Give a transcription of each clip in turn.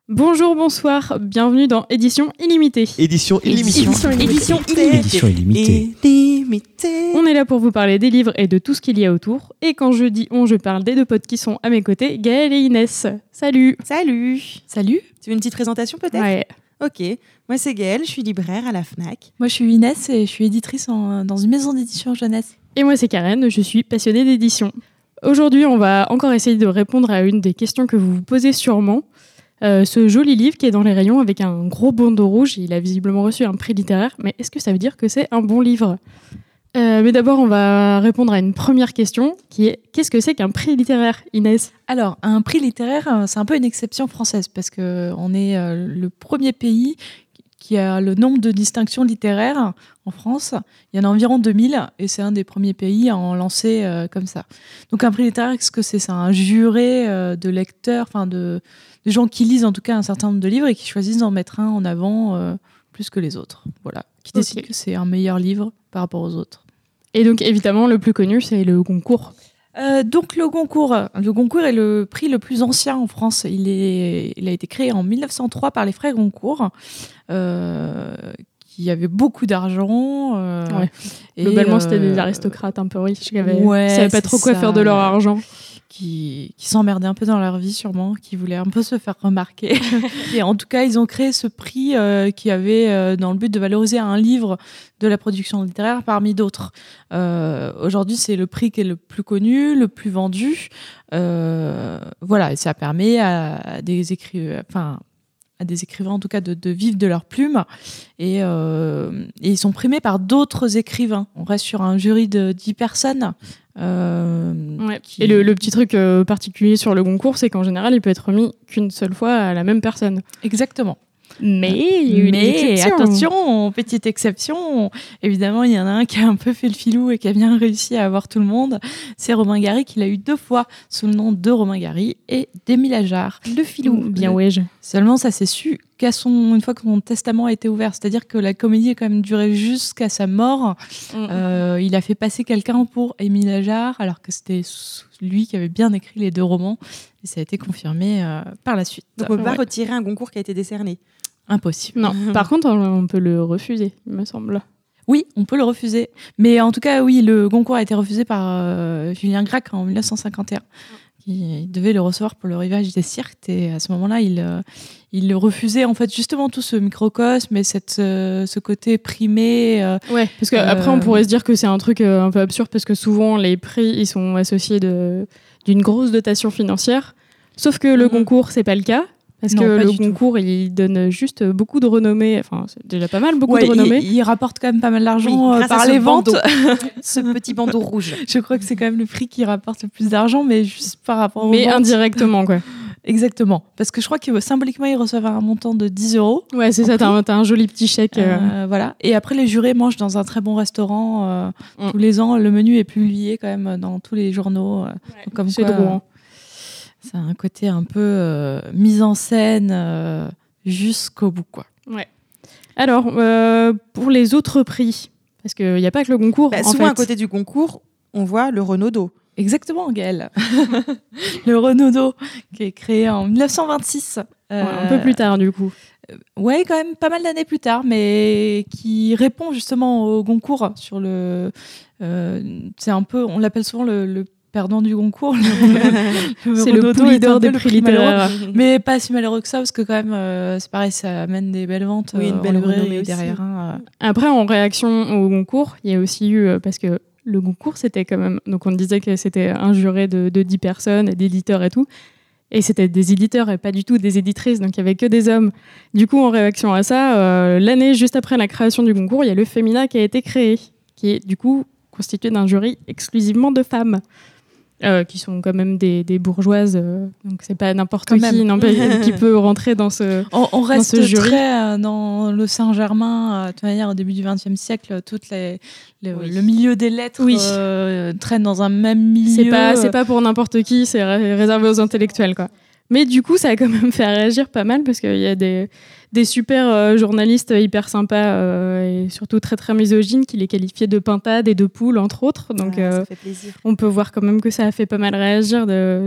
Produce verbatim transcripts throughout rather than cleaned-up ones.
Bonjour, bonsoir, bienvenue dans Édition Illimitée. Édition illimitée. Édition Édition illimitée. Édition illimitée. Illimitée. On est là pour vous parler des livres et de tout ce qu'il y a autour. Et quand je dis on, je parle des deux potes qui sont à mes côtés, Gaëlle et Inès. Salut. Salut. Salut. Tu veux une petite présentation peut-être ? Ouais. Ok, moi c'est Gaëlle, je suis libraire à la Fnac. Moi je suis Inès et je suis éditrice en, dans une maison d'édition jeunesse. Et moi c'est Karen, je suis passionnée d'édition. Aujourd'hui, on va encore essayer de répondre à une des questions que vous vous posez sûrement. Euh, ce joli livre qui est dans les rayons avec un gros bandeau rouge, il a visiblement reçu un prix littéraire, mais est-ce que ça veut dire que c'est un bon livre ? euh, Mais d'abord, on va répondre à une première question qui est qu'est-ce que c'est qu'un prix littéraire, Inès ? Alors, un prix littéraire, c'est un peu une exception française parce qu'on est euh, le premier pays qui a le nombre de distinctions littéraires en France. Il y en a environ deux mille et c'est un des premiers pays à en lancer euh, comme ça. Donc, un prix littéraire, qu'est-ce que c'est ? C'est un juré euh, de lecteurs, enfin de... des gens qui lisent en tout cas un certain nombre de livres et qui choisissent d'en mettre un en avant euh, plus que les autres. Voilà, qui décident okay. que c'est un meilleur livre par rapport aux autres. Et donc évidemment, le plus connu, c'est le Goncourt. Euh, donc le Goncourt, le Goncourt est le prix le plus ancien en France. Il, est, il a été créé en mille neuf cent trois par les frères Goncourt, euh, qui avaient beaucoup d'argent. Euh, ouais. et Globalement, euh, c'était des aristocrates un peu riches qui ne ouais, savaient pas trop quoi ça. faire de leur argent. Qui, qui s'emmerdaient un peu dans leur vie sûrement, qui voulaient un peu se faire remarquer. Et en tout cas, ils ont créé ce prix euh, qui avait euh, dans le but de valoriser un livre de la production littéraire parmi d'autres. Euh, aujourd'hui, c'est le prix qui est le plus connu, le plus vendu. Euh, voilà, et ça permet à des écrivains, enfin, à des écrivains en tout cas de, de vivre de leur plume. Et, euh, et ils sont primés par d'autres écrivains. On reste sur un jury de dix personnes. Euh, ouais. qui... Et le, le petit truc euh, particulier sur le Goncourt, c'est qu'en général, il peut être remis qu'une seule fois à la même personne. Exactement. Mais, il y a une Mais exception. attention, petite exception. Évidemment, il y en a un qui a un peu fait le filou et qui a bien réussi à avoir tout le monde. C'est Romain Gary qui l'a eu deux fois sous le nom de Romain Gary et d'Émile Ajar. Le filou. Bien ouais. Seulement, ça s'est su qu'à son, une fois que son testament a été ouvert. C'est-à-dire que la comédie a quand même duré jusqu'à sa mort. Mmh. Euh, il a fait passer quelqu'un pour Émile Ajar alors que c'était lui qui avait bien écrit les deux romans. Et ça a été confirmé euh, par la suite. Donc on ne peut pas ouais. retirer un Goncourt qui a été décerné. Impossible. Non, par contre, on peut le refuser, il me semble. Oui, on peut le refuser. Mais en tout cas, oui, le Goncourt a été refusé par euh, Julien Gracq en mille neuf cent cinquante et un. Il devait le recevoir pour le Rivage des Cirques. Et à ce moment-là, il, euh, il refusait en fait justement tout ce microcosme et cette, euh, ce côté primé. Euh, ouais, parce qu'après, euh, on pourrait se dire que c'est un truc euh, un peu absurde parce que souvent, les prix, ils sont associés de, d'une grosse dotation financière. Sauf que le mm-hmm. Goncourt, c'est pas le cas. Parce non, que le Goncourt, il donne juste beaucoup de renommée. Enfin, c'est déjà pas mal, beaucoup ouais, de renommée. Il, il rapporte quand même pas mal d'argent oui, euh, par les ventes. Ce petit bandeau rouge. Je crois que c'est quand même le prix qui rapporte le plus d'argent, mais juste par rapport aux Mais ventes. indirectement, quoi. Exactement. Parce que je crois que symboliquement, ils reçoivent un montant de dix euros. Ouais, c'est ça. T'as un, t'as un joli petit chèque. Euh... Euh, voilà. Et après, les jurés mangent dans un très bon restaurant. Euh, mm. Tous les ans, le menu est publié quand même dans tous les journaux. Euh, ouais, donc comme c'est quoi, drôle. C'est un côté un peu euh, mise en scène euh, jusqu'au bout, quoi. Ouais. Alors, euh, pour les autres prix, parce qu'il n'y a pas que le Goncourt. Bah, en souvent, fait. à côté du Goncourt, on voit le Renaudot. Exactement, Gaëlle. Le Renaudot, qui est créé en mille neuf cent vingt-six. Euh, ouais, un peu plus tard, du coup. Euh, ouais, quand même pas mal d'années plus tard, mais qui répond justement au Goncourt sur le. Euh, c'est un peu, on l'appelle souvent le, le perdant du Goncourt. Le, le c'est le poulidor des prix littéraires. Mais pas si malheureux que ça, parce que quand même, euh, c'est pareil, ça amène des belles ventes. Oui, une belle renommée derrière. Hein, euh. Après, en réaction au Goncourt, il y a aussi eu, euh, parce que le Goncourt, c'était quand même... Donc, on disait que c'était un juré de, de dix personnes, d'éditeurs et tout. Et c'était des éditeurs et pas du tout des éditrices, donc il n'y avait que des hommes. Du coup, en réaction à ça, euh, l'année juste après la création du Goncourt, il y a le Femina qui a été créé, qui est du coup constitué d'un jury exclusivement de femmes. Euh, qui sont quand même des, des bourgeoises, euh, donc c'est pas n'importe quand qui non, qui peut rentrer dans ce On, on reste dans ce jury. Très euh, dans le Saint-Germain, euh, de toute manière au début du vingtième siècle, toutes les, les, oui. le milieu des lettres oui. euh, traîne dans un même milieu. C'est pas, c'est pas pour n'importe qui, c'est ré- réservé aux intellectuels, quoi. Mais du coup, ça a quand même fait réagir pas mal parce qu'il y a des, des super euh, journalistes hyper sympas euh, et surtout très très misogynes qui les qualifiaient de pintades et de poules, entre autres. Donc, ah, euh, ça fait plaisir. On peut voir quand même que ça a fait pas mal réagir, de,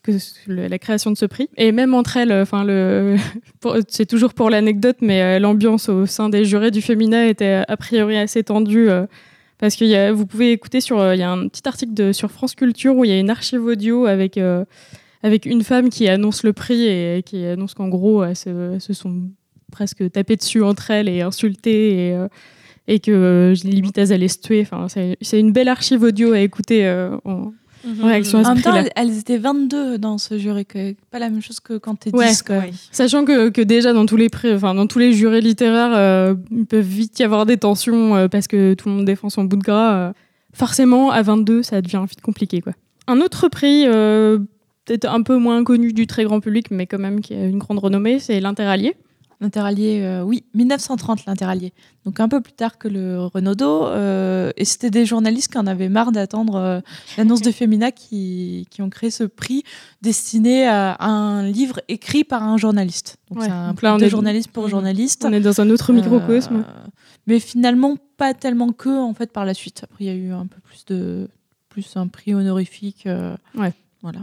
que le, la création de ce prix. Et même entre elles, enfin le, pour, c'est toujours pour l'anecdote, mais euh, l'ambiance au sein des jurés du Femina était a priori assez tendue. Euh, parce que y a, vous pouvez écouter sur, il euh, y a un petit article de, sur France Culture où il y a une archive audio avec euh, avec une femme qui annonce le prix et qui annonce qu'en gros, elles se, elles se sont presque tapées dessus entre elles et insultées et, euh, et que euh, limite elles allaient se tuer. Enfin, c'est, c'est une belle archive audio à écouter euh, en, en réaction à ce En même temps, prix-là. elles, elles étaient vingt-deux dans ce jury, que, pas la même chose que quand t'es Ouais, dix. Quand même. ouais. Sachant que, que déjà dans tous les prix, enfin dans tous les jurés littéraires, euh, il peut vite y avoir des tensions euh, parce que tout le monde défend son bout de gras. Euh, forcément, à vingt-deux, ça devient vite compliqué, quoi. Un autre prix, euh, peut-être un peu moins connu du très grand public, mais quand même qui a une grande renommée, c'est l'Interallié. L'Interallié, euh, oui, dix-neuf cent trente, l'Interallié. Donc un peu plus tard que le Renaudot. Euh, et c'était des journalistes qui en avaient marre d'attendre euh, l'annonce de Femina qui, qui ont créé ce prix destiné à, à un livre écrit par un journaliste. Donc Ouais. c'est un Donc prix là, on de est- journaliste pour journaliste. On est dans un autre microcosme. Euh, mais finalement, pas tellement que, en fait, par la suite. Après, il y a eu un peu plus de... plus un prix honorifique. euh, Ouais. Voilà.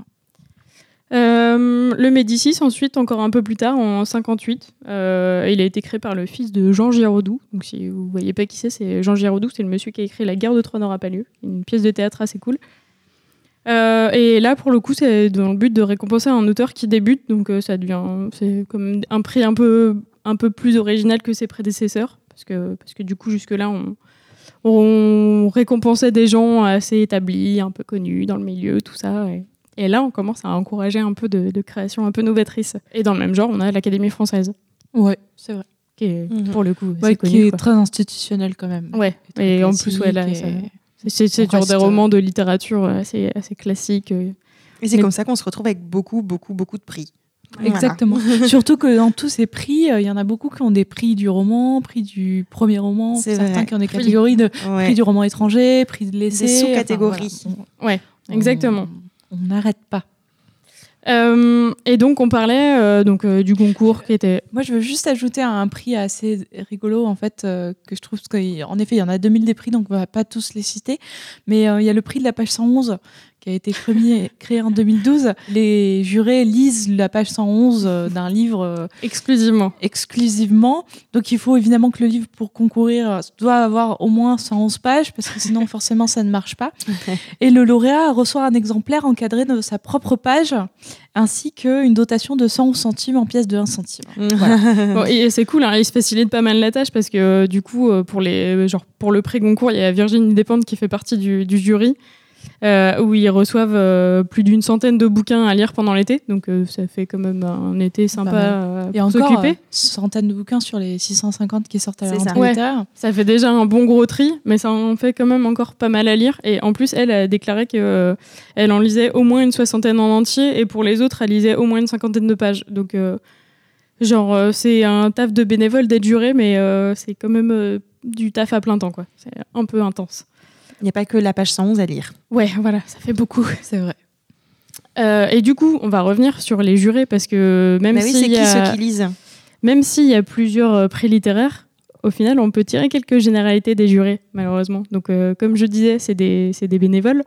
Euh, le Médicis, ensuite, encore un peu plus tard, en cinquante-huit, euh, il a été créé par le fils de Jean Giraudoux. Donc, si vous voyez pas qui c'est, c'est Jean Giraudoux, c'est le monsieur qui a écrit La guerre de Troie n'aura pas lieu, une pièce de théâtre assez cool. Euh, et là, pour le coup, c'est dans le but de récompenser un auteur qui débute, donc euh, ça devient c'est comme un prix un peu un peu plus original que ses prédécesseurs, parce que parce que du coup, jusque-là, on on récompensait des gens assez établis, un peu connus dans le milieu, tout ça. Et, et là, on commence à encourager un peu de, de création un peu novatrice. Et dans le même genre, on a l'Académie française, Ouais, c'est vrai. qui est, Mhm. pour le coup, Ouais, assez qui connue, est quoi. très institutionnel quand même. Ouais, très et en plus, ouais, là, classique ça- et- c'est, c'est on genre reste, des euh, romans de littérature assez, assez classiques. euh. Et c'est Mais- comme ça qu'on se retrouve avec beaucoup, beaucoup, beaucoup de prix. Voilà. Exactement. Surtout que dans tous ces prix, euh, il y en a beaucoup qui ont des prix du roman, prix du premier roman, C'est certains vrai. qui ont des Prix- catégories de Ouais. prix du roman étranger, prix de l'essai. Des sous-catégories. Enfin, voilà. Ouais, On- exactement. On on n'arrête pas. Euh, et donc, on parlait euh, donc, euh, du concours qui était. Moi, je veux juste ajouter un prix assez rigolo, en fait, euh, que je trouve qu'en effet, il y en a deux mille des prix, donc on va pas tous les citer. Mais euh, il y a le prix de la page cent onze, qui a été créé, créé en deux mille douze. Les jurés lisent la page cent onze euh, d'un livre euh, Exclusivement. exclusivement. Donc, il faut évidemment que le livre, pour concourir, euh, doit avoir au moins cent onze pages, parce que sinon, forcément, ça ne marche pas. Et le lauréat reçoit un exemplaire encadré de sa propre page, ainsi qu'une dotation de cent onze centimes en pièces de un centime. Voilà. Bon, et c'est cool, hein, il se facilite pas mal la tâche parce que euh, du coup, euh, pour, les, genre, pour le prix Goncourt, il y a Virginie Despentes qui fait partie du, du jury. Euh, où ils reçoivent euh, plus d'une centaine de bouquins à lire pendant l'été, donc euh, ça fait quand même un été sympa Pas mal. euh, Et pour encore, s'occuper. euh, centaines de bouquins sur les six cent cinquante qui sortent à la C'est ça. rentrée Ouais. littéraire. Ça fait déjà un bon gros tri, mais ça en fait quand même encore pas mal à lire. Et en plus, elle a déclaré qu'elle euh, elle en lisait au moins une soixantaine en entier, et pour les autres, elle lisait au moins une cinquantaine de pages. Donc, euh, genre, euh, c'est un taf de bénévole d'être juré, mais euh, c'est quand même euh, du taf à plein temps, quoi. C'est un peu intense. Il n'y a pas que la page cent onze à lire. Ouais, voilà, ça fait beaucoup. C'est vrai. Euh, et du coup, on va revenir sur les jurés, parce que même Bah oui, s'il c'est y qui a... ceux qui lisent? Même s'il y a plusieurs euh, prix littéraires, au final, on peut tirer quelques généralités des jurés, malheureusement. Donc, euh, comme je disais, c'est des, c'est des bénévoles.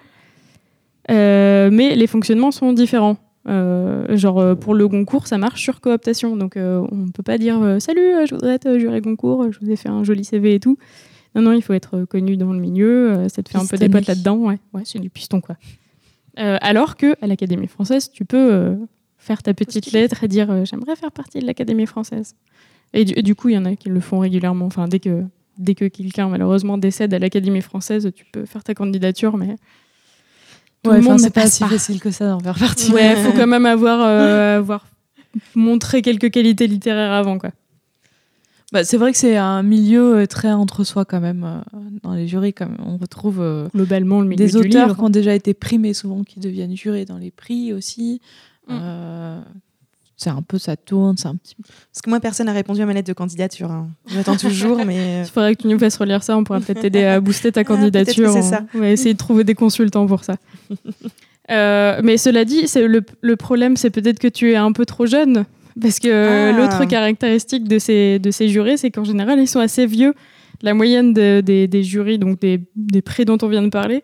Euh, mais les fonctionnements sont différents. Euh, genre, euh, pour le Goncourt, ça marche sur cooptation. Donc, euh, on ne peut pas dire euh, « Salut, euh, je voudrais être juré Goncourt, je vous ai fait un joli C V et tout ». Non, non, il faut être connu dans le milieu. euh, ça te fait un peu des Pistonné. potes là-dedans. Ouais, ouais, c'est du piston, quoi. Euh, alors qu'à l'Académie française, tu peux euh, faire ta petite Postiller. lettre et dire euh, j'aimerais faire partie de l'Académie française. Et du, et du coup, il y en a qui le font régulièrement. Enfin, dès que, dès que quelqu'un, malheureusement, décède à l'Académie française, tu peux faire ta candidature, mais tout Ouais, le monde enfin, ne c'est pas passe si pas. facile que ça d'en faire partie. Ouais, il faut quand même avoir, euh, avoir montré quelques qualités littéraires avant, quoi. Bah, c'est vrai que c'est un milieu euh, très entre soi quand même. euh, Dans les jurys, quand même. On retrouve euh, Globalement, le milieu des du auteurs livre. qui ont déjà été primés souvent, qui deviennent jurés dans les prix aussi. Mm. Euh, c'est un peu, ça tourne, c'est un petit Parce que moi, personne n'a répondu à ma lettre de candidature. hein. J'attends toujours, mais... Il faudrait que tu nous fasses relire ça, on pourra peut-être t'aider à booster ta Ah, peut-être candidature. que c'est ça. On va essayer de trouver des consultants pour ça. Euh, mais cela dit, c'est le, le problème, c'est peut-être que tu es un peu trop jeune. Parce que Ah. l'autre caractéristique de ces, de ces jurés, c'est qu'en général, ils sont assez vieux. La moyenne de- des, des jurys, donc des, des prix dont on vient de parler,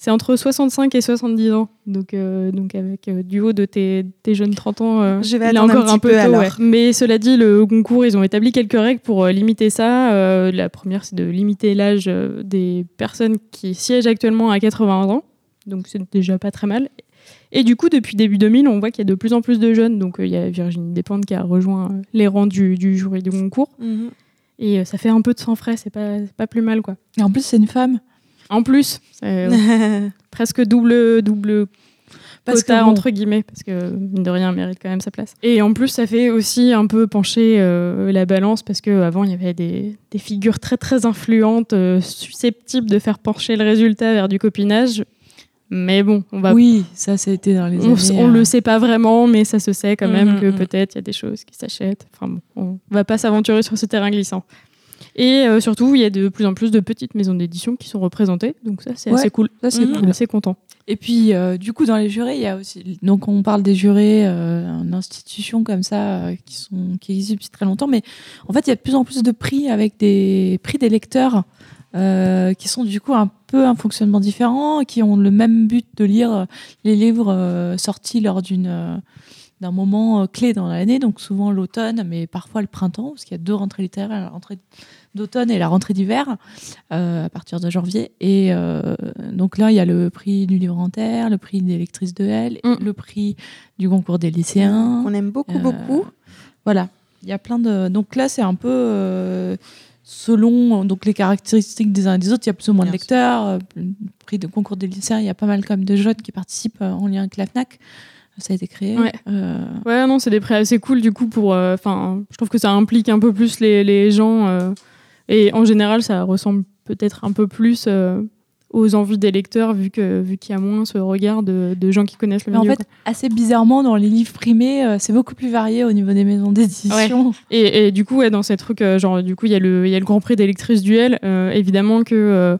C'est entre soixante-cinq et soixante-dix ans. Donc, euh, donc avec euh, du haut de tes, tes jeunes trente ans, euh, Je vais il est attendre encore un un, petit peu peu, tôt. alors. Ouais. Mais cela dit, le concours, ils ont établi quelques règles pour euh, limiter ça. Euh, la première, c'est de limiter l'âge euh, des personnes qui siègent actuellement à quatre-vingts ans. Donc c'est déjà pas très mal. Et du coup, depuis début deux mille, on voit qu'il y a de plus en plus de jeunes. Donc il euh, y a Virginie Despentes qui a rejoint euh, les rangs du, du jury du concours. Mhm. Et euh, ça fait un peu de sang frais, c'est pas, c'est pas plus mal, quoi. Et en plus, c'est une femme. En plus, c'est euh, presque double, double Parce quota, que bon, entre guillemets, parce que, mine de rien, elle mérite quand même sa place. Et en plus, ça fait aussi un peu pencher euh, la balance, parce qu'avant, il y avait des, des figures très, très influentes, euh, susceptibles de faire pencher le résultat vers du copinage. Mais bon, on va... Oui, ça, c'était dans les On, années... on euh, le sait pas vraiment, mais ça se sait quand même Mhm, que mhm. peut-être il y a des choses qui s'achètent. Enfin bon, on va pas s'aventurer sur ce terrain glissant. Et euh, surtout, il y a de plus en plus de petites maisons d'édition qui sont représentées, donc ça c'est Ouais, assez cool. ça, c'est On est cool. assez content. Et puis, euh, du coup, dans les jurés, il y a aussi... Donc, on parle des jurés euh, en institutions comme ça, euh, qui, sont... qui existent depuis très longtemps, mais en fait, il y a de plus en plus de prix avec des prix des lecteurs euh, qui sont du coup un peu un fonctionnement différent, qui ont le même but de lire les livres euh, sortis lors d'une... euh, d'un moment euh, clé dans l'année, donc souvent l'automne, mais parfois le printemps, parce qu'il y a deux rentrées littéraires, la rentrée d'automne et la rentrée d'hiver, euh, à partir de janvier. Et euh, donc là, il y a le prix du livre en terre, le prix des lectrices de L, Mm. le prix du concours des lycéens. On aime beaucoup, Euh, beaucoup. Voilà, il y a plein de... Donc là, c'est un peu... euh, selon donc, les caractéristiques des uns et des autres, il y a plus ou moins Bien de lecteurs. Euh, Le prix de concours des lycéens, il y a pas mal quand même de jeunes qui participent euh, en lien avec la FNAC. Ça a été créé. Ouais. Euh, Ouais, non, c'est des prix assez cool du coup pour. Enfin, euh, je trouve que ça implique un peu plus les, les gens euh, et en général, ça ressemble peut-être un peu plus euh, aux envies des lecteurs vu que vu qu'il y a moins ce regard de, de gens qui connaissent le Mais en milieu. fait, assez bizarrement, dans les livres primés, euh, c'est beaucoup plus varié au niveau des maisons d'édition. Et, et du coup, ouais, dans ces trucs, euh, genre, du coup, il y a le, il y a le Grand Prix des lectrices du L. Euh, évidemment que euh,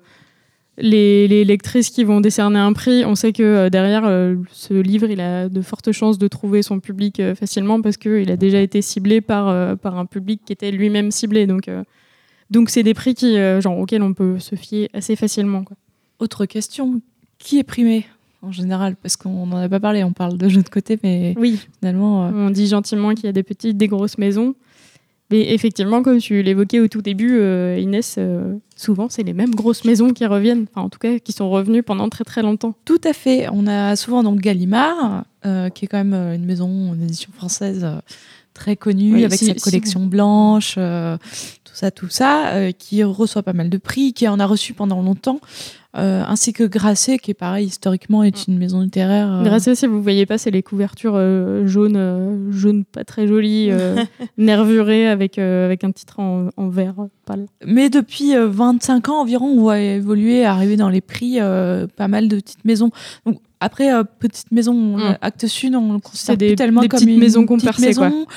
les, les lectrices qui vont décerner un prix, on sait que euh, derrière, euh, ce livre, il a de fortes chances de trouver son public euh, facilement parce qu'il a déjà été ciblé par, euh, par un public qui était lui-même ciblé. Donc, euh, donc c'est des prix qui, euh, genre, auxquels on peut se fier assez facilement, quoi. Autre question, qui est primé en général? Parce qu'on n'en a pas parlé, on parle de jeux de côté, mais Oui, finalement... euh, on dit gentiment qu'il y a des petites, des grosses maisons. Mais effectivement, comme tu l'évoquais au tout début, euh, Inès, euh, souvent, c'est les mêmes grosses maisons qui reviennent, enfin, en tout cas, qui sont revenues pendant très très longtemps. Tout à fait. On a souvent donc Gallimard, euh, qui est quand même euh, une maison d'édition française euh, très connue, Oui, avec si- sa si- collection blanche, euh, tout ça, tout ça, euh, qui reçoit pas mal de prix, qui en a reçu pendant longtemps, euh, ainsi que Grasset, qui est pareil, historiquement, est une maison littéraire. euh, Grâce, si vous voyez pas, c'est les couvertures euh, jaunes, euh, jaunes pas très jolies, euh, nervurées, avec, euh, avec un titre en, en vert pâle. Mais depuis euh, vingt-cinq ans environ, on voit évoluer, arriver dans les prix euh, pas mal de petites maisons. Donc, après, euh, petite maison, on- Mm. Actes Sud, on le considère C'est des- plus tellement des comme petites une maisons qu'on petite perçait, quoi. maison.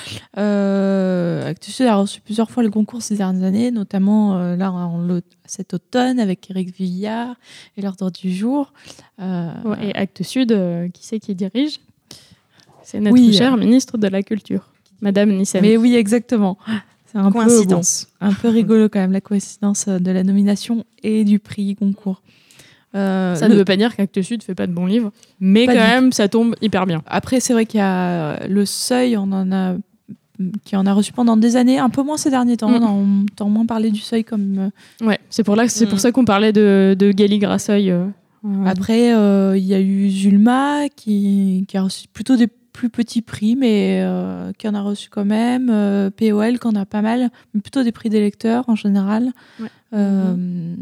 Euh, Actes Sud a reçu plusieurs fois le concours ces dernières années, notamment euh, là en, l'aut- cet automne avec Éric Villard et l'Ordre du jour. Euh, Ouais, et Actes Sud, euh, qui c'est qui dirige? C'est notre Oui. chère ministre de la Culture, Madame Nissen. Mais oui, exactement. C'est un peu, bon, Coïncidence. un peu rigolo quand même, la coïncidence de la nomination et du prix concours. Euh, Ça le- ne veut pas dire qu'Actes Sud fait pas de bons livres, mais Pas quand du même, ça tombe hyper bien. Après, c'est vrai qu'il y a le Seuil, on en a qui en a reçu pendant des années, un peu moins ces derniers temps. Mm. On entend moins parler du Seuil comme. euh, Ouais, c'est pour, là, c'est Mm. pour ça qu'on parlait de, de Gali Grasseuil. euh, euh, Après, euh, il y a eu Zulma qui, qui a reçu plutôt des plus petits prix, mais euh, qui en a reçu quand même. Euh, P O L qui en a pas mal, mais plutôt des prix des lecteurs en général. Ouais. Euh,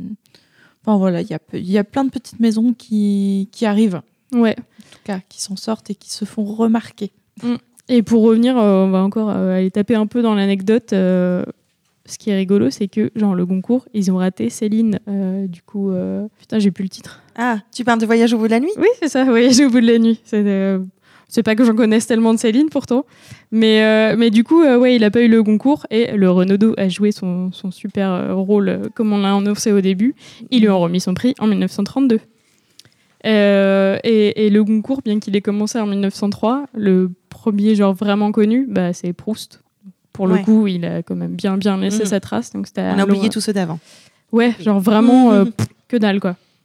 Enfin voilà, il y a, pe- il y a plein de petites maisons qui, qui arrivent, en ouais. tout cas, qui s'en sortent et qui se font remarquer. Et pour revenir, euh, on va encore euh, aller taper un peu dans l'anecdote. euh, ce qui est rigolo, c'est que, genre, le Goncourt, ils ont raté Céline. euh, du coup, euh, putain, j'ai plus le titre. Ah, tu parles de Voyage au bout de la nuit? Oui, c'est ça, Voyage au bout de la nuit. C'est, euh, c'est pas que j'en connaisse tellement de Céline, pourtant. Mais, euh, mais du coup, euh, ouais, il a pas eu le Goncourt. Et le Renaudot a joué son, son super euh, rôle, euh, comme on l'a annoncé au début. Ils lui ont remis son prix en mille neuf cent trente-deux. Euh, et, et le Goncourt, bien qu'il ait commencé en mille neuf cent trois, le premier genre vraiment connu, bah, c'est Proust. Pour le Ouais. coup, il a quand même bien bien laissé Mhm. sa trace. Donc c'était On a à oublié Laura- tous ceux d'avant. Ouais, genre vraiment Mhm. euh, pff, que dalle quoi.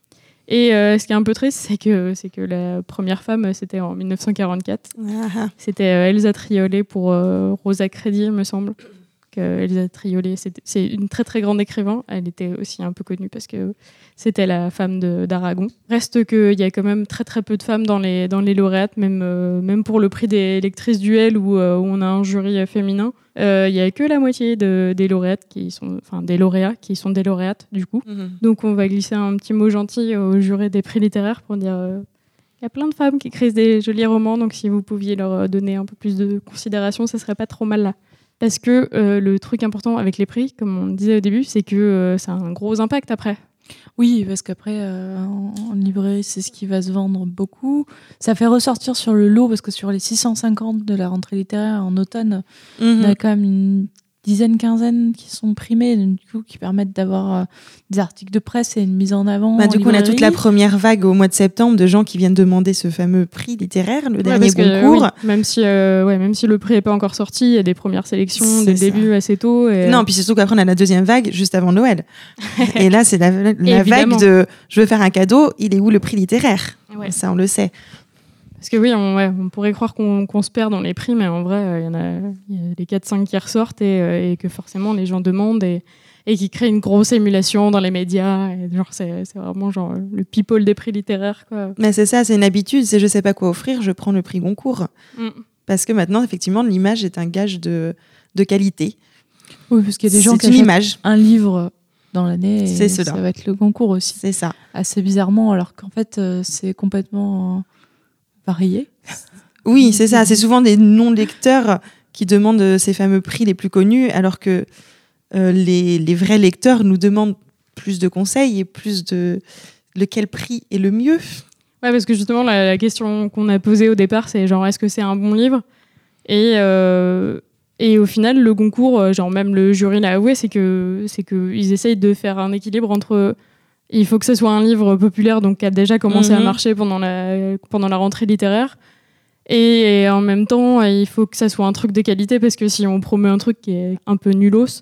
Et euh, ce qui est un peu triste, c'est que, c'est que la première femme, c'était en dix-neuf cent quarante-quatre. Ah, C'était euh, Elsa Triolet pour euh, Rosa Crédit, il me semble. Que Elsa Triolet, c'était- c'est une très très grande écrivain. Elle était aussi un peu connue parce que c'était la femme de- d'Aragon. Reste qu'il y a quand même très très peu de femmes dans les, dans les lauréates, même, euh, même pour le prix des lectrices duel où, euh, où on a un jury euh, féminin. Euh, Il y a que la moitié de, des lauréates qui sont, enfin des lauréats qui sont des lauréates du coup. mhm. Donc on va glisser un petit mot gentil au jury des prix littéraires pour dire euh, il y a plein de femmes qui écrivent des jolis romans, donc si vous pouviez leur donner un peu plus de considération, ça serait pas trop mal là. Parce que euh, le truc important avec les prix, comme on disait au début, c'est que euh, ça a un gros impact après. Oui, parce qu'après, euh, en, en librairie, c'est ce qui va se vendre beaucoup. Ça fait ressortir sur le lot, parce que sur les six cent cinquante de la rentrée littéraire en automne, Mhm. il y a quand même une dizaine, quinzaine qui sont primés, du coup, qui permettent d'avoir euh, des articles de presse et une mise en avant. Bah, en du coup, on a toute la librairie. première vague au mois de septembre de gens qui viennent demander ce fameux prix littéraire, le Ouais, dernier parce que, euh, concours. oui, même, si, euh, ouais, même si le prix n'est pas encore sorti, il y a des premières sélections C'est dès le ça. début assez tôt. Et... Non, puis c'est surtout qu'après, on a la deuxième vague juste avant Noël. Et là, c'est la, la Évidemment. vague de je veux faire un cadeau, il est où le prix littéraire Ouais. Ça, on le sait. Parce que oui, on, ouais, on pourrait croire qu'on qu'on se perd dans les prix, mais en vrai, euh, il y en a, il y a les quatre cinq qui ressortent et, euh, et que forcément les gens demandent et, et qui créent une grosse émulation dans les médias. Et genre, c'est c'est vraiment genre le people des prix littéraires, quoi. Mais c'est ça, c'est une habitude. C'est je sais pas quoi offrir, je prends le prix Goncourt. Mm. Parce que maintenant, effectivement, l'image est un gage de, de qualité. Oui, parce qu'il y a des gens C'est qui une achètent image, un livre dans l'année et C'est ça cela. va être le Goncourt aussi. c'est ça. Assez bizarrement, alors qu'en fait, euh, c'est complètement euh, varié. Oui, c'est ça. C'est souvent des non-lecteurs qui demandent euh, ces fameux prix les plus connus, alors que euh, les, les vrais lecteurs nous demandent plus de conseils et plus de lequel prix est le mieux. Ouais, parce que justement, la, la question qu'on a posée au départ, c'est genre, est-ce que c'est un bon livre ? Et, euh, et au final, le Goncourt, euh, genre même le jury l'a avoué, c'est que c'est que ils essayent de faire un équilibre entre il faut que ce soit un livre populaire, donc qui a déjà commencé Mhm. à marcher pendant la pendant la rentrée littéraire, et, et en même temps, il faut que ça soit un truc de qualité parce que si on promet un truc qui est un peu nulos,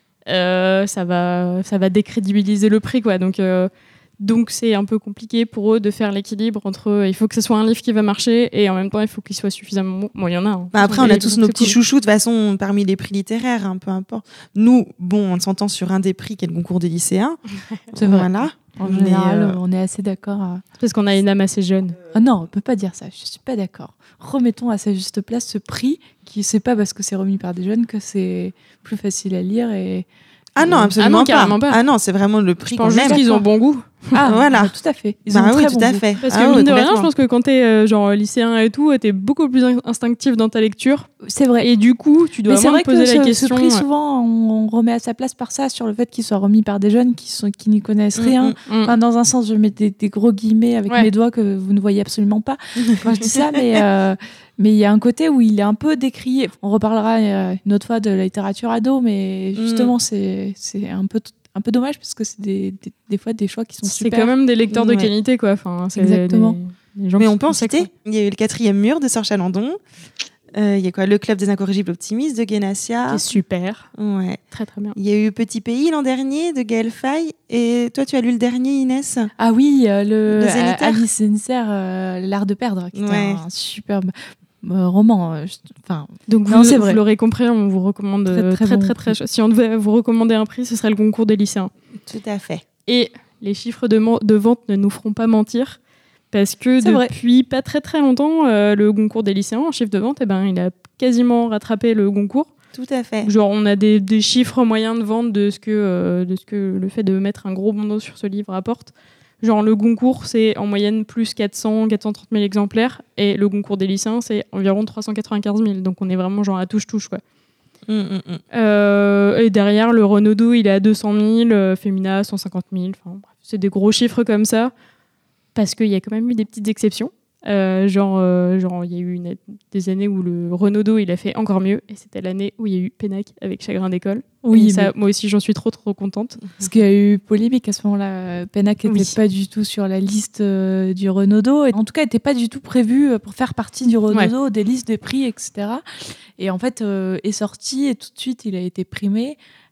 euh, ça va ça va décrédibiliser le prix, quoi. Donc euh, Donc c'est un peu compliqué pour eux de faire l'équilibre entre euh, il faut que ce soit un livre qui va marcher et en même temps il faut qu'il soit suffisamment bon. Bon, il y en a. Hein. Bah, après, on Et a donc, tous nos c'est petits cool. chouchous, de toute façon, parmi les prix littéraires, hein, peu importe. Nous, bon, on s'entend sur un des prix qui est le concours des lycéens. C'est vrai. Voilà. En Mais, général, euh, on est assez d'accord. à- Parce qu'on a une âme assez jeune. Ah non, on peut pas dire ça. Je suis pas d'accord. Remettons à sa juste place ce prix qui c'est pas parce que c'est remis par des jeunes que c'est plus facile à lire et Ah non, Euh, absolument ah non, carrément pas. Ah non, c'est vraiment le Je prix pense qu'on juste aime. qu'ils ont bon goût. ah Voilà. bah, tout à fait. Ils ont Bah un oui, très tout bon à goût. fait. Parce Ah que ouais, mine de rien, complètement. je pense que quand t'es euh, genre lycéen et tout, t'es beaucoup plus in- instinctif dans ta lecture. C'est vrai. Et du coup, tu dois Mais c'est vraiment vrai te poser que ce, la ce question. prix, euh, souvent, on, on remet à sa place par ça, sur le fait qu'il soit remis par des jeunes qui, sont, qui n'y connaissent Mm, rien. mm. mm. Enfin, dans un sens, je mets des, des gros guillemets avec Ouais. mes doigts que vous ne voyez absolument pas quand je dis ça, mais euh, mais il y a un côté où il est un peu décrié. On reparlera euh, une autre fois de la littérature ado, mais justement, c'est c'est un peu un peu dommage parce que c'est des, des, des fois des choix qui sont C'est super. quand même des lecteurs de Ouais. qualité, quoi. Enfin, c'est Exactement. des- des gens Mais qui on peut en font ça, citer. quoi. Il y a eu le quatrième mur de Sœur Chalandon. Euh, Il y a quoi Le Club des Incorrigibles Optimistes de Guénassia. Qui est super. Ouais. Très, très bien. Il y a eu Petit Pays l'an dernier de Gaël Faye. Et toi, tu as lu le dernier, Inès Ah oui, euh, le Le euh, Zénitheur. Alice Zénitheur, euh, L'Art de perdre, qui était Ouais. un superbe euh, roman. euh, je- Enfin, Donc, Non, vous, c'est vous vrai. l'aurez compris, on vous recommande Très, euh, très très, bon très, très, prix. Si on devait vous recommander un prix, ce serait le concours des lycéens. Tout à fait. Et les chiffres de, mo- de vente ne nous feront pas mentir. Parce que C'est vrai. depuis pas très très longtemps, euh, le concours des lycéens en chiffre de vente, eh ben, il a quasiment rattrapé le concours. Tout à fait. Genre, on a des, des chiffres moyens de vente de ce, que, euh, de ce que le fait de mettre un gros bandeau sur ce livre apporte. Genre, le Goncourt, c'est en moyenne plus quatre cents à quatre cent trente mille exemplaires. Et le concours des lycéens, c'est environ trois cent quatre-vingt-quinze mille. Donc, on est vraiment genre à touche-touche, quoi. Mm, mm, mm. Euh, et derrière, le Renaudot, il est à deux cent mille, euh, Femina, cent cinquante mille. Enfin, bref, c'est des gros chiffres comme ça. Parce qu'il y a quand même eu des petites exceptions. Euh, genre, euh, genre, il y a eu une, des années où le Renaudot, il a fait encore mieux. Et c'était l'année où il y a eu Pénac avec Chagrin d'école. Oui, Et ça, mais- moi aussi, j'en suis trop, trop contente. Parce qu'il y a eu polémique à ce moment-là. Pénac n'était Oui. pas du tout sur la liste euh, du Renaudot. Et en tout cas, n'était pas du tout prévu euh, pour faire partie du Renaudot, des listes des prix, et cetera. Et en fait, euh, est sorti et tout de suite, il a été primé.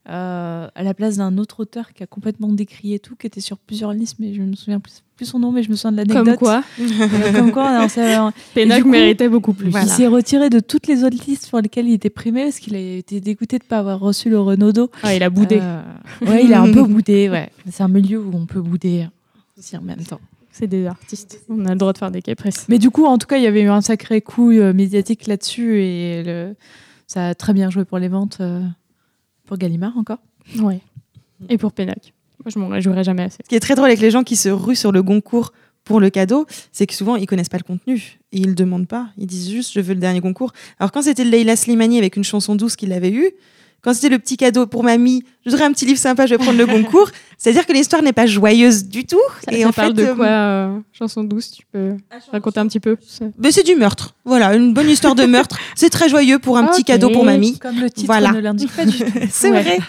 euh, à la place d'un autre auteur qui a complètement décrié tout, qui était sur plusieurs listes, mais je ne me souviens plus, plus son nom, mais je me souviens de l'anecdote. Comme quoi, Euh, comme quoi, non, ça- Pénac du coup, méritait beaucoup plus. Voilà. Il s'est retiré de toutes les autres listes sur lesquelles il était primé parce qu'il a été dégoûté de ne pas avoir reçu le Renaudot. Ah, il a boudé. Euh, ouais, il a un peu boudé, ouais. C'est un milieu où on peut bouder aussi en même temps. C'est des artistes. On a le droit de faire des caprices. Mais du coup, en tout cas, il y avait eu un sacré coup euh, médiatique là-dessus et le... ça a très bien joué pour les ventes euh, pour Gallimard encore. Ouais. Et pour Pénac. Moi, je m'en réjouirais jamais assez. Ce qui est très drôle avec les gens qui se ruent sur le Goncourt pour le cadeau, c'est que souvent ils connaissent pas le contenu et ils le demandent pas. Ils disent juste je veux le dernier Goncourt. Alors quand c'était le Leila Slimani avec une chanson douce qu'il avait eu, quand c'était le petit cadeau pour mamie, je voudrais un petit livre sympa, je vais prendre le Goncourt. C'est-à-dire que l'histoire n'est pas joyeuse du tout. Ça, et ça en parle fait, de euh, quoi euh, Chanson douce, tu peux raconter un petit peu c'est... ben, c'est du meurtre. Voilà, une bonne histoire de meurtre. C'est très joyeux pour un petit Ok. cadeau pour mamie. Comme le titre Voilà. ne l'indique pas du tout. C'est Ouais. vrai.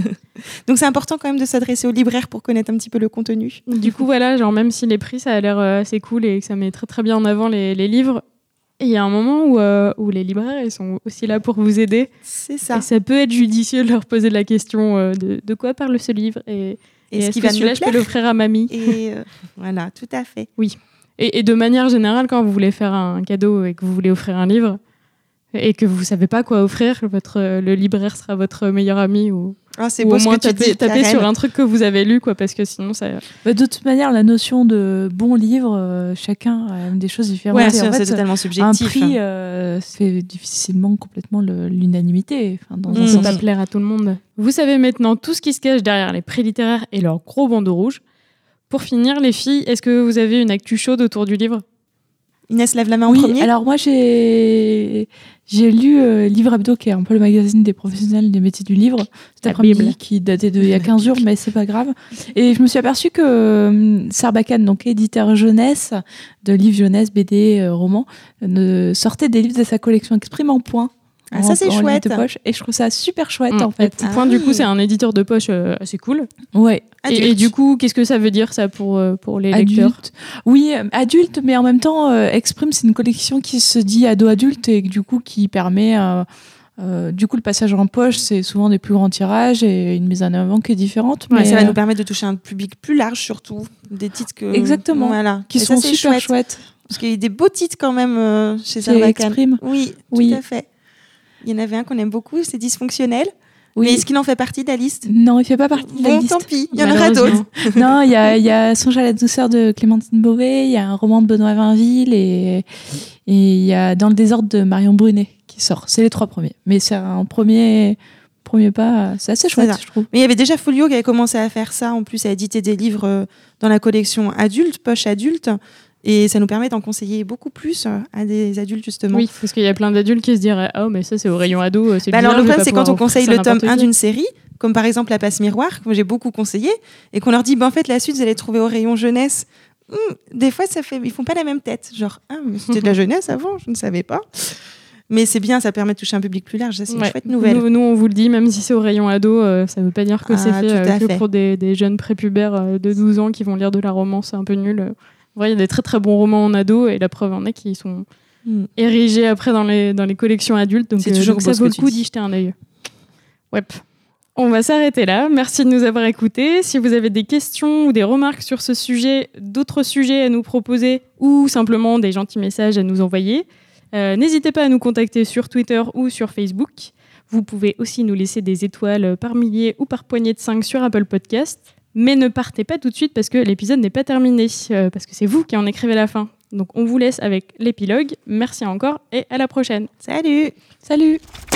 Donc c'est important quand même de s'adresser aux libraires pour connaître un petit peu le contenu. Du coup, voilà, genre même si les prix, ça a l'air euh, assez cool et que ça met très très bien en avant les, les livres, il y a un moment où, euh, où les libraires, ils sont aussi là pour vous aider. C'est ça. Et ça peut être judicieux de leur poser la question euh, de, de quoi parle ce livre et, et Est-ce est-ce qu'il que va celui-là, me je peux plaire l'offrir à mamie. Et euh, voilà, tout à fait. Et, et de manière générale, quand vous voulez faire un cadeau et que vous voulez offrir un livre et que vous savez pas quoi offrir, votre, le libraire sera votre meilleur ami ou, Oh, c'est ou beau au ce moins que tu taper, dis, taper Karen. sur un truc que vous avez lu, quoi, parce que sinon ça... Bah, de toute manière, la notion de bon livre, euh, chacun a des choses différentes. Ouais, Et sûr, en fait, c'est totalement un subjectif. prix euh, fait difficilement complètement le- l'unanimité. Enfin, dans Mm. un Ça sens. peut pas plaire à tout le monde. Vous savez maintenant tout ce qui se cache derrière les prix littéraires et leurs gros bandeaux rouges. Pour finir, les filles, est-ce que vous avez une actu chaude autour du livre ? Inès lève la main en Oui, premier. alors moi j'ai j'ai lu euh, Livre Hebdo, qui est un peu le magazine des professionnels des métiers du livre, cet La après-midi, Bible. qui datait d'il y a quinze jours, mais c'est pas grave. Et je me suis aperçue que euh, Sarbacane, donc éditeur jeunesse, de livres jeunesse, B D, euh, romans, ne sortait des livres de sa collection Exprime en point. Ah, ça, c'est livre chouette. de poche. Et je trouve ça super chouette, Mmh. en Et fait. Petit Point, du coup, Ah. c'est un éditeur de poche euh, assez cool. Ouais. Et, et du coup, qu'est-ce que ça veut dire, ça, pour, euh, pour les lecteurs ? Adulte. Oui, euh, adulte, mais en même temps, euh, Exprime, c'est une collection qui se dit ado-adulte et du coup qui permet. euh, euh, du coup, le passage en poche, c'est souvent des plus grands tirages et une mise en avant qui est différente. Ouais, mais ça va euh, nous permettre de toucher un public plus large, surtout des titres que Exactement. voilà, qui Et ça, sont c'est super chouette, chouettes. parce qu'il y a des beaux titres quand même euh, chez Chez Sarbacane. Exprime. Oui, Oui. tout à fait. Il y en avait un qu'on aime beaucoup, c'est Dysfonctionnel. Oui. Mais est-ce qu'il en fait partie de la liste? Non, il fait pas partie de la Bon, liste. tant pis, il y en aura Malheureusement. d'autres. Non, il y a, il y a Songe à la douceur de Clémentine Beauvais, il y a un roman de Benoît Vinville et et il y a Dans le désordre de Marion Brunet qui sort. C'est les trois premiers. Mais c'est un premier, premier pas, c'est assez chouette, ça. je trouve. Mais il y avait déjà Folio qui avait commencé à faire ça, en plus à éditer des livres euh, dans la collection adulte, poche adulte. Et ça nous permet d'en conseiller beaucoup plus euh, à des adultes, justement. Oui, parce qu'il y a plein d'adultes qui se diraient « Ah, mais ça, c'est au rayon ado, c'est Bah bizarre, alors, le je vais problème, pas c'est quand on pouvoir conseille offrir le ça à tome un n'importe qui. d'une série, comme par exemple La Passe Miroir, que j'ai beaucoup conseillé, et qu'on leur dit, bah, en fait, la suite, vous allez trouver au rayon jeunesse. Hum, des fois, ça fait... ils font pas la même tête. Genre, ah, mais c'était de la jeunesse avant, je ne savais pas. Mais c'est bien, ça permet de toucher un public plus large. Ça, c'est une Ouais. chouette nouvelle. Nous, nous, on vous le dit, même si c'est au rayon ado, euh, ça veut pas dire que Ah, c'est fait, tout euh, à que fait. pour des, des jeunes prépubères euh, de douze ans qui vont lire de la romance, c'est un peu nul. En vrai, il y a des très très bons romans en ado, et la preuve en est qu'ils sont Hmm. érigés après dans les, dans les collections adultes, donc, C'est euh, toujours donc beau ça ce vaut que le tu coup dis. d'y jeter un œil. Ouais. On va s'arrêter là. Merci de nous avoir écoutés. Si vous avez des questions ou des remarques sur ce sujet, d'autres sujets à nous proposer ou simplement des gentils messages à nous envoyer, euh, n'hésitez pas à nous contacter sur Twitter ou sur Facebook. Vous pouvez aussi nous laisser des étoiles par milliers ou par poignée de cinq sur Apple Podcast. Mais ne partez pas tout de suite parce que l'épisode n'est pas terminé, euh, parce que c'est vous qui en écrivez la fin. Donc on vous laisse avec l'épilogue. Merci encore et à la prochaine. Salut! Salut!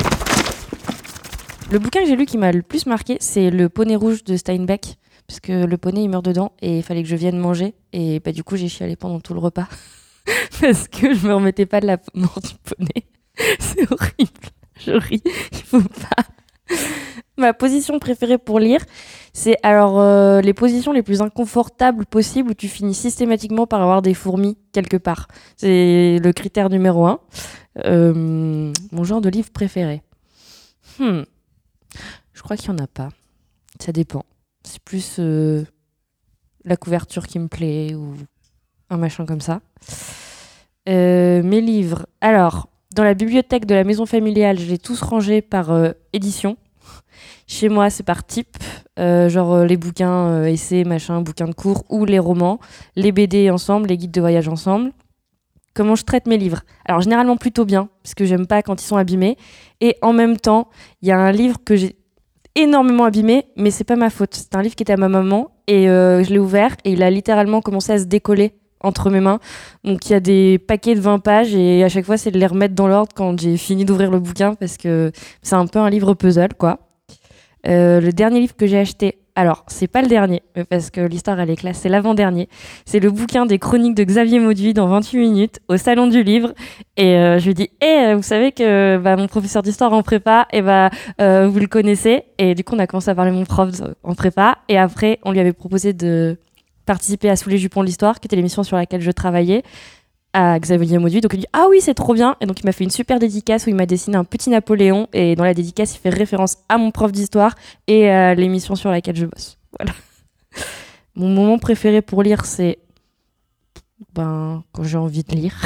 Le bouquin que j'ai lu qui m'a le plus marqué, c'est Le Poney Rouge de Steinbeck. Parce que le poney, il meurt dedans et il fallait que je vienne manger. Et bah, du coup, j'ai chialé pendant tout le repas. Parce que je me remettais pas de la mort du poney. C'est horrible. Je ris. Il faut pas. Ma position préférée pour lire, c'est alors euh, les positions les plus inconfortables possibles où tu finis systématiquement par avoir des fourmis quelque part. C'est le critère numéro un. Euh, mon genre de livre préféré. Hmm. Je crois qu'il n'y en a pas. Ça dépend. C'est plus euh, la couverture qui me plaît ou un machin comme ça. Euh, mes livres. Alors, dans la bibliothèque de la maison familiale, je l'ai tous rangés par euh, édition. Chez moi, c'est par type, euh, genre euh, les bouquins, euh, essais, machin, bouquins de cours, ou les romans, les B D ensemble, les guides de voyage ensemble. Comment je traite mes livres? Alors, généralement plutôt bien, parce que j'aime pas quand ils sont abîmés. Et en même temps, il y a un livre que j'ai énormément abîmé, mais c'est pas ma faute. C'est un livre qui était à ma maman, et euh, je l'ai ouvert, et il a littéralement commencé à se décoller entre mes mains. Donc, il y a des paquets de vingt pages, et à chaque fois, c'est de les remettre dans l'ordre quand j'ai fini d'ouvrir le bouquin, parce que c'est un peu un livre puzzle, quoi. Euh, le dernier livre que j'ai acheté, alors c'est pas le dernier, parce que l'histoire elle est classe, c'est l'avant-dernier. C'est le bouquin des chroniques de Xavier Mauduit dans vingt-huit minutes au salon du livre. Et euh, je lui dis, hé, hey, vous savez que bah, mon professeur d'histoire en prépa, et bah, euh, vous le connaissez. Et du coup, on a commencé à parler de mon prof en prépa. Et après, on lui avait proposé de participer à Sous les jupons de l'histoire, qui était l'émission sur laquelle je travaillais, à Xavier Mauduit. Donc il dit, ah oui, c'est trop bien. Et donc il m'a fait une super dédicace où il m'a dessiné un petit Napoléon. Et dans la dédicace, il fait référence à mon prof d'histoire et à l'émission sur laquelle je bosse. Voilà. Mon moment préféré pour lire, c'est ben, quand j'ai envie de lire.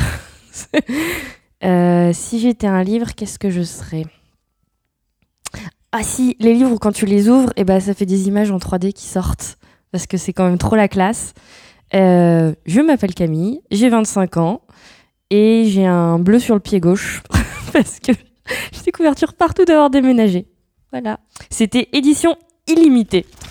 euh, si j'étais un livre, qu'est-ce que je serais? Ah si, les livres où quand tu les ouvres, et ben, ça fait des images en trois D qui sortent. Parce que c'est quand même trop la classe. Euh, je m'appelle Camille, j'ai vingt-cinq ans et j'ai un bleu sur le pied gauche parce que j'ai des couvertures partout d'avoir déménagé. Voilà. C'était édition illimitée.